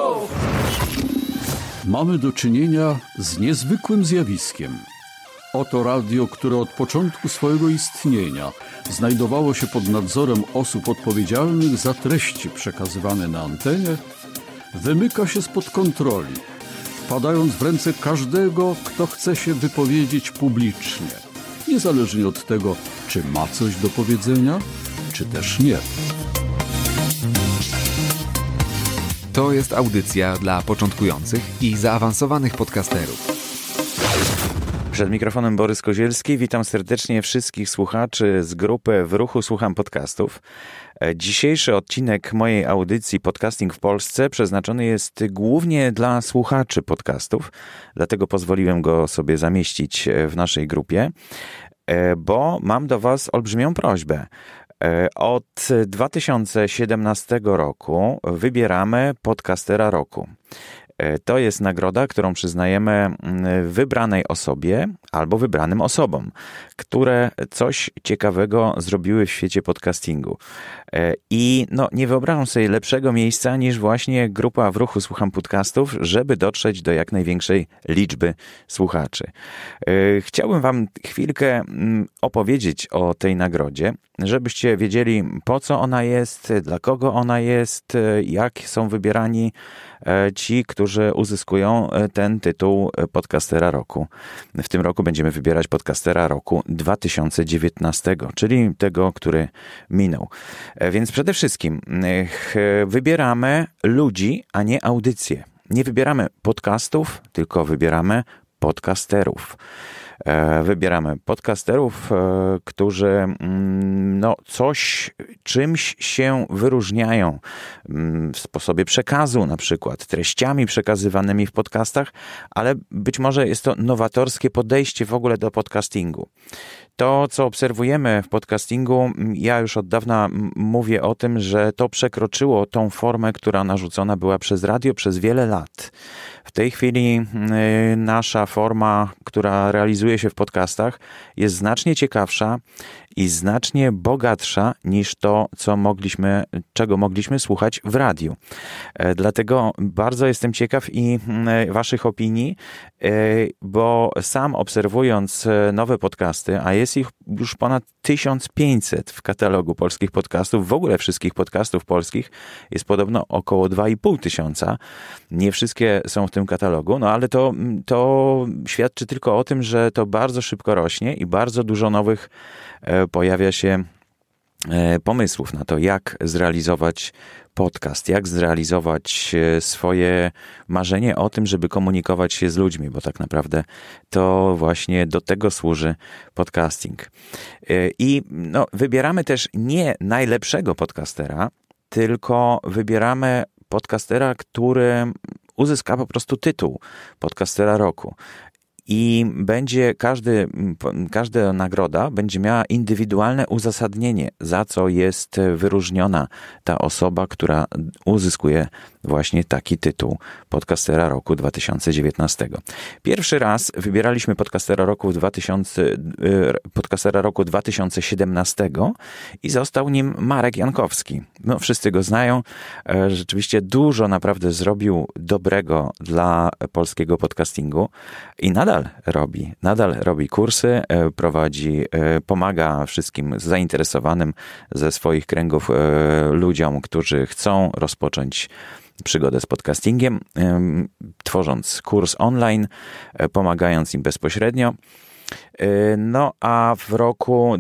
Mamy do czynienia z niezwykłym zjawiskiem. Oto radio, które od początku swojego istnienia znajdowało się pod nadzorem osób odpowiedzialnych za treści przekazywane na antenie, wymyka się spod kontroli, wpadając w ręce każdego, kto chce się wypowiedzieć publicznie, niezależnie od tego, czy ma coś do powiedzenia, czy też nie. To jest audycja dla początkujących i zaawansowanych podcasterów. Przed mikrofonem Borys Kozielski. Witam serdecznie wszystkich słuchaczy z grupy W Ruchu Słucham Podcastów. Dzisiejszy odcinek mojej audycji Podcasting w Polsce przeznaczony jest głównie dla słuchaczy podcastów, dlatego pozwoliłem go sobie zamieścić w naszej grupie, bo mam do Was olbrzymią prośbę. Od 2017 roku wybieramy Podcastera Roku. To jest nagroda, którą przyznajemy wybranej osobie albo wybranym osobom, które coś ciekawego zrobiły w świecie podcastingu. I nie wyobrażam sobie lepszego miejsca niż właśnie grupa W Ruchu Słucham Podcastów, żeby dotrzeć do jak największej liczby słuchaczy. Chciałbym Wam chwilkę opowiedzieć o tej nagrodzie, żebyście wiedzieli, po co ona jest, dla kogo ona jest, jak są wybierani ci, którzy uzyskują ten tytuł Podcastera Roku. W tym roku będziemy wybierać Podcastera Roku 2019, czyli tego, który minął. Więc przede wszystkim wybieramy ludzi, a nie audycje. Nie wybieramy podcastów, tylko wybieramy podcasterów. Wybieramy podcasterów, którzy czymś się wyróżniają w sposobie przekazu, na przykład treściami przekazywanymi w podcastach, ale być może jest to nowatorskie podejście w ogóle do podcastingu. To, co obserwujemy w podcastingu, ja już od dawna mówię o tym, że to przekroczyło tą formę, która narzucona była przez radio przez wiele lat. W tej chwili nasza forma, która realizuje się w podcastach, jest znacznie ciekawsza i znacznie bogatsza niż to, czego mogliśmy słuchać w radiu. Dlatego bardzo jestem ciekaw i Waszych opinii, bo sam obserwując nowe podcasty, a jest ich już ponad 1500 w katalogu polskich podcastów, w ogóle wszystkich podcastów polskich jest podobno około 2500. Nie wszystkie są w tym katalogu, ale to świadczy tylko o tym, że to bardzo szybko rośnie i bardzo dużo nowych pojawia się pomysłów na to, jak zrealizować podcast, jak zrealizować swoje marzenie o tym, żeby komunikować się z ludźmi, bo tak naprawdę to właśnie do tego służy podcasting. I wybieramy też nie najlepszego podcastera, tylko wybieramy podcastera, który uzyska po prostu tytuł Podcastera Roku. I każda nagroda będzie miała indywidualne uzasadnienie, za co jest wyróżniona ta osoba, która uzyskuje właśnie taki tytuł Podcastera Roku 2019. Pierwszy raz wybieraliśmy Podcastera Roku 2017 i został nim Marek Jankowski. Wszyscy go znają. Rzeczywiście dużo naprawdę zrobił dobrego dla polskiego podcastingu i nadal robi kursy, pomaga wszystkim zainteresowanym ze swoich kręgów ludziom, którzy chcą rozpocząć przygodę z podcastingiem, tworząc kurs online, pomagając im bezpośrednio. A w roku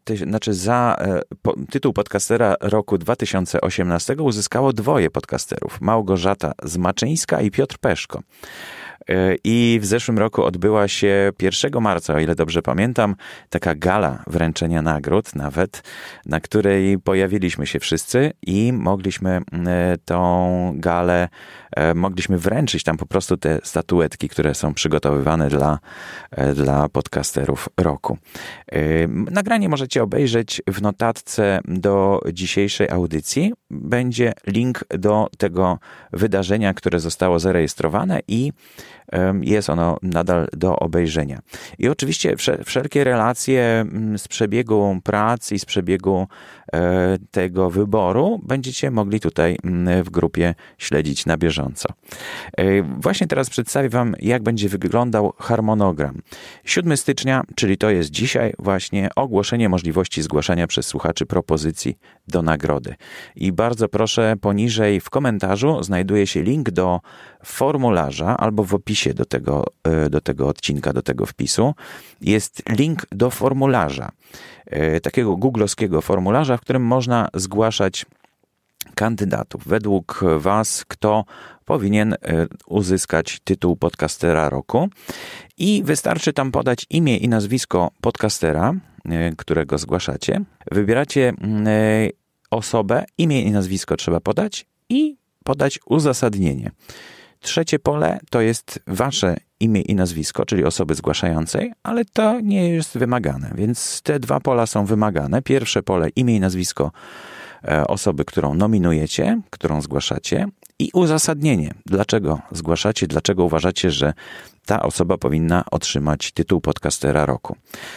tytuł Podcastera Roku 2018 uzyskało dwoje podcasterów, Małgorzata Zmaczyńska i Piotr Peszko. I w zeszłym roku odbyła się 1 marca, o ile dobrze pamiętam, taka gala wręczenia nagród nawet, na której pojawiliśmy się wszyscy i mogliśmy tą galę, wręczyć tam po prostu te statuetki, które są przygotowywane dla podcasterów roku. Nagranie możecie obejrzeć w notatce do dzisiejszej audycji. Będzie link do tego wydarzenia, które zostało zarejestrowane i jest ono nadal do obejrzenia. I oczywiście wszelkie relacje z przebiegu prac i z przebiegu tego wyboru będziecie mogli tutaj w grupie śledzić na bieżąco. Właśnie teraz przedstawię Wam, jak będzie wyglądał harmonogram. 7 stycznia, czyli to jest dzisiaj właśnie, ogłoszenie możliwości zgłaszania przez słuchaczy propozycji do nagrody. I bardzo proszę, poniżej w komentarzu znajduje się link do formularza albo w opisie do tego odcinka, do tego wpisu. Jest link do formularza, takiego googlowskiego formularza, w którym można zgłaszać kandydatów. Według Was, kto powinien uzyskać tytuł podcastera roku. I wystarczy tam podać imię i nazwisko podcastera, którego zgłaszacie. Wybieracie osobę, imię i nazwisko trzeba podać i podać uzasadnienie. Trzecie pole to jest Wasze imię i nazwisko, czyli osoby zgłaszającej, ale to nie jest wymagane, więc te 2 pola są wymagane. Pierwsze pole imię i nazwisko osoby, którą nominujecie, którą zgłaszacie i uzasadnienie. Dlaczego zgłaszacie, dlaczego uważacie, że ta osoba powinna otrzymać tytuł podcastera roku.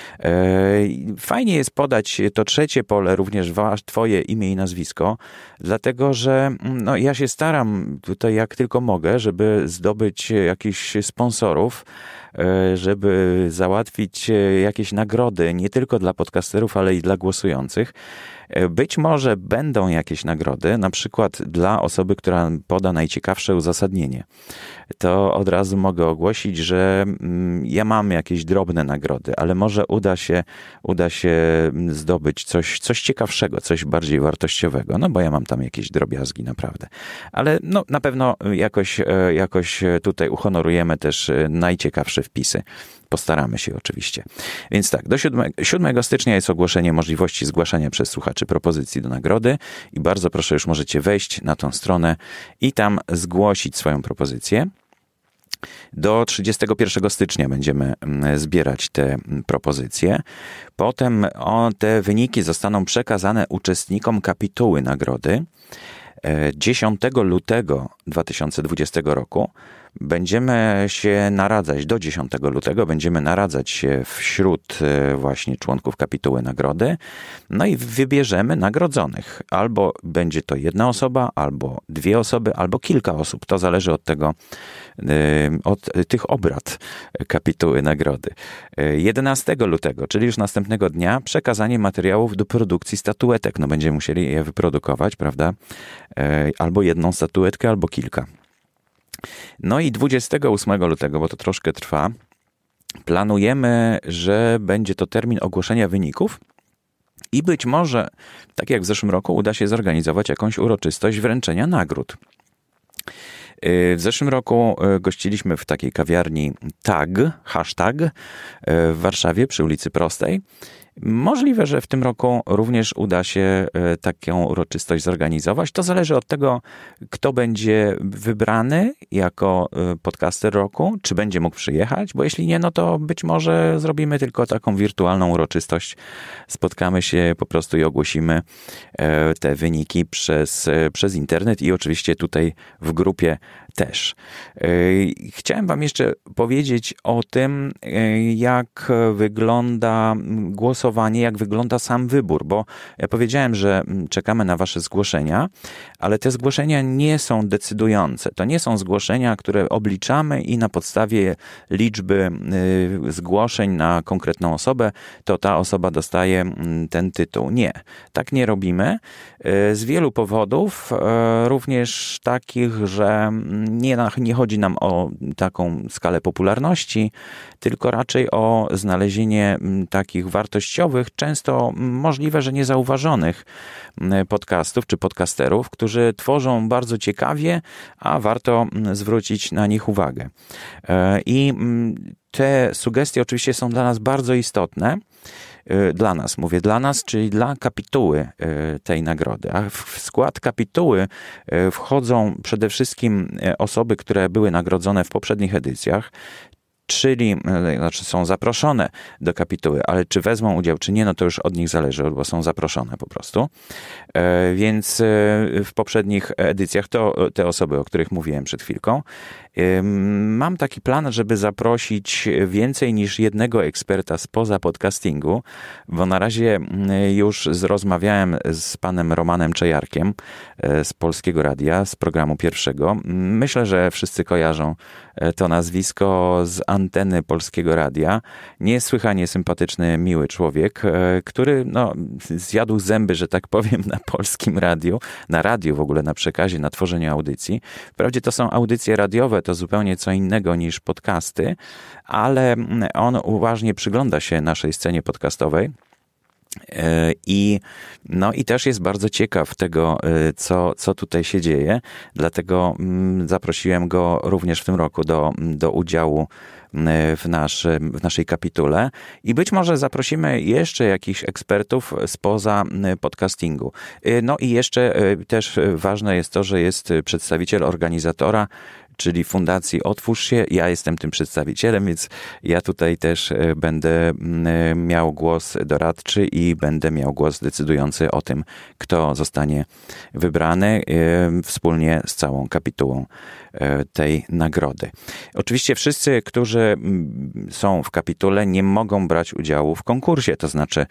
Fajnie jest podać to trzecie pole, również Twoje imię i nazwisko, dlatego że ja się staram tutaj jak tylko mogę, żeby zdobyć jakichś sponsorów, żeby załatwić jakieś nagrody nie tylko dla podcasterów, ale i dla głosujących. Być może będą jakieś nagrody, na przykład dla osoby, która poda najciekawsze uzasadnienie. To od razu mogę ogłosić, że ja mam jakieś drobne nagrody, ale może uda się zdobyć coś ciekawszego, coś bardziej wartościowego, bo ja mam tam jakieś drobiazgi naprawdę. Ale na pewno jakoś tutaj uhonorujemy też najciekawsze wpisy. Postaramy się oczywiście. Więc tak, do 7 stycznia jest ogłoszenie możliwości zgłaszania przez słuchaczy propozycji do nagrody i bardzo proszę, już możecie wejść na tą stronę i tam zgłosić swoją propozycję. Do 31 stycznia będziemy zbierać te propozycje. Potem te wyniki zostaną przekazane uczestnikom kapituły nagrody. 10 lutego 2020 roku będziemy się naradzać, do 10 lutego będziemy naradzać się wśród właśnie członków kapituły nagrody, i wybierzemy nagrodzonych. Albo będzie to jedna osoba, albo 2 osoby, albo kilka osób. To zależy od tych obrad kapituły nagrody. 11 lutego, czyli już następnego dnia, przekazanie materiałów do produkcji statuetek. Będziemy musieli je wyprodukować, prawda? Albo jedną statuetkę, albo kilka. I 28 lutego, bo to troszkę trwa, planujemy, że będzie to termin ogłoszenia wyników i być może, tak jak w zeszłym roku, uda się zorganizować jakąś uroczystość wręczenia nagród. W zeszłym roku gościliśmy w takiej kawiarni hashtag w Warszawie przy ulicy Prostej. Możliwe, że w tym roku również uda się taką uroczystość zorganizować. To zależy od tego, kto będzie wybrany jako podcaster roku, czy będzie mógł przyjechać, bo jeśli nie, to być może zrobimy tylko taką wirtualną uroczystość. Spotkamy się po prostu i ogłosimy te wyniki przez internet i oczywiście tutaj w grupie też. Chciałem Wam jeszcze powiedzieć o tym, jak wygląda głosowanie, jak wygląda sam wybór, bo ja powiedziałem, że czekamy na Wasze zgłoszenia, ale te zgłoszenia nie są decydujące. To nie są zgłoszenia, które obliczamy i na podstawie liczby zgłoszeń na konkretną osobę, to ta osoba dostaje ten tytuł. Nie, tak nie robimy. Z wielu powodów, również takich, że nie chodzi nam o taką skalę popularności, tylko raczej o znalezienie takich wartościowych, często możliwe, że niezauważonych podcastów czy podcasterów, którzy tworzą bardzo ciekawie, a warto zwrócić na nich uwagę. I te sugestie oczywiście są dla nas bardzo istotne. Mówię dla nas, czyli dla kapituły tej nagrody. A w skład kapituły wchodzą przede wszystkim osoby, które były nagrodzone w poprzednich edycjach. czyli znaczy są zaproszone do kapituły, ale czy wezmą udział, czy nie, no to już od nich zależy, bo są zaproszone po prostu. Więc w poprzednich edycjach to te osoby, o których mówiłem przed chwilką. Mam taki plan, żeby zaprosić więcej niż jednego eksperta spoza podcastingu, bo na razie już rozmawiałem z panem Romanem Czajarkiem z Polskiego Radia, z programu pierwszego. Myślę, że wszyscy kojarzą to nazwisko z anteny Polskiego Radia. Niesłychanie sympatyczny, miły człowiek, który zjadł zęby, że tak powiem, na Polskim Radiu, na radiu w ogóle, na przekazie, na tworzeniu audycji. Wprawdzie to są audycje radiowe, to zupełnie co innego niż podcasty, ale on uważnie przygląda się naszej scenie podcastowej. I też jest bardzo ciekaw tego, co tutaj się dzieje. Dlatego zaprosiłem go również w tym roku do udziału w naszej kapitule i być może zaprosimy jeszcze jakichś ekspertów spoza podcastingu. No i jeszcze też ważne jest to, że jest przedstawiciel organizatora, czyli Fundacji Otwórz się. Ja jestem tym przedstawicielem, więc ja tutaj też będę miał głos doradczy i będę miał głos decydujący o tym, kto zostanie wybrany wspólnie z całą kapitułą tej nagrody. Oczywiście wszyscy, którzy są w kapitule, nie mogą brać udziału w konkursie, to znaczy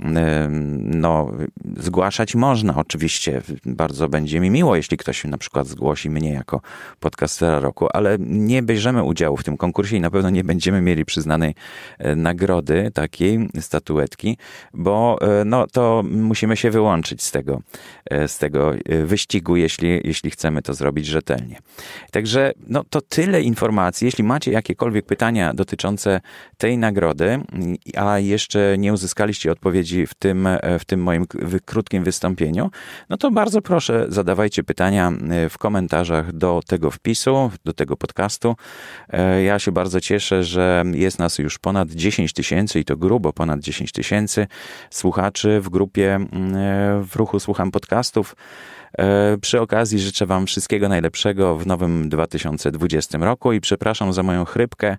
zgłaszać można oczywiście. Bardzo będzie mi miło, jeśli ktoś na przykład zgłosi mnie jako podcastera roku, ale nie bierzemy udziału w tym konkursie i na pewno nie będziemy mieli przyznanej nagrody, takiej statuetki, bo to musimy się wyłączyć z tego wyścigu, jeśli chcemy to zrobić rzetelnie. Także to tyle informacji. Jeśli macie jakiekolwiek pytania dotyczące tej nagrody, a jeszcze nie uzyskaliście odpowiedzi w tym moim krótkim wystąpieniu, no to bardzo proszę, zadawajcie pytania w komentarzach do tego wpisu, do tego podcastu. Ja się bardzo cieszę, że jest nas już ponad 10 000 i to grubo ponad 10 000 słuchaczy w grupie w ruchu Słucham Podcastów. Przy okazji życzę wam wszystkiego najlepszego w nowym 2020 roku i przepraszam za moją chrypkę.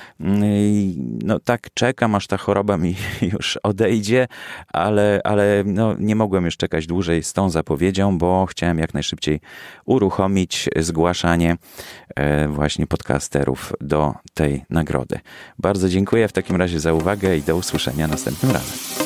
Tak czekam, aż ta choroba mi już odejdzie, ale nie mogłem już czekać dłużej z tą zapowiedzią, bo chciałem jak najszybciej uruchomić zgłaszanie właśnie podcasterów do tej nagrody. Bardzo dziękuję w takim razie za uwagę i do usłyszenia następnym razem.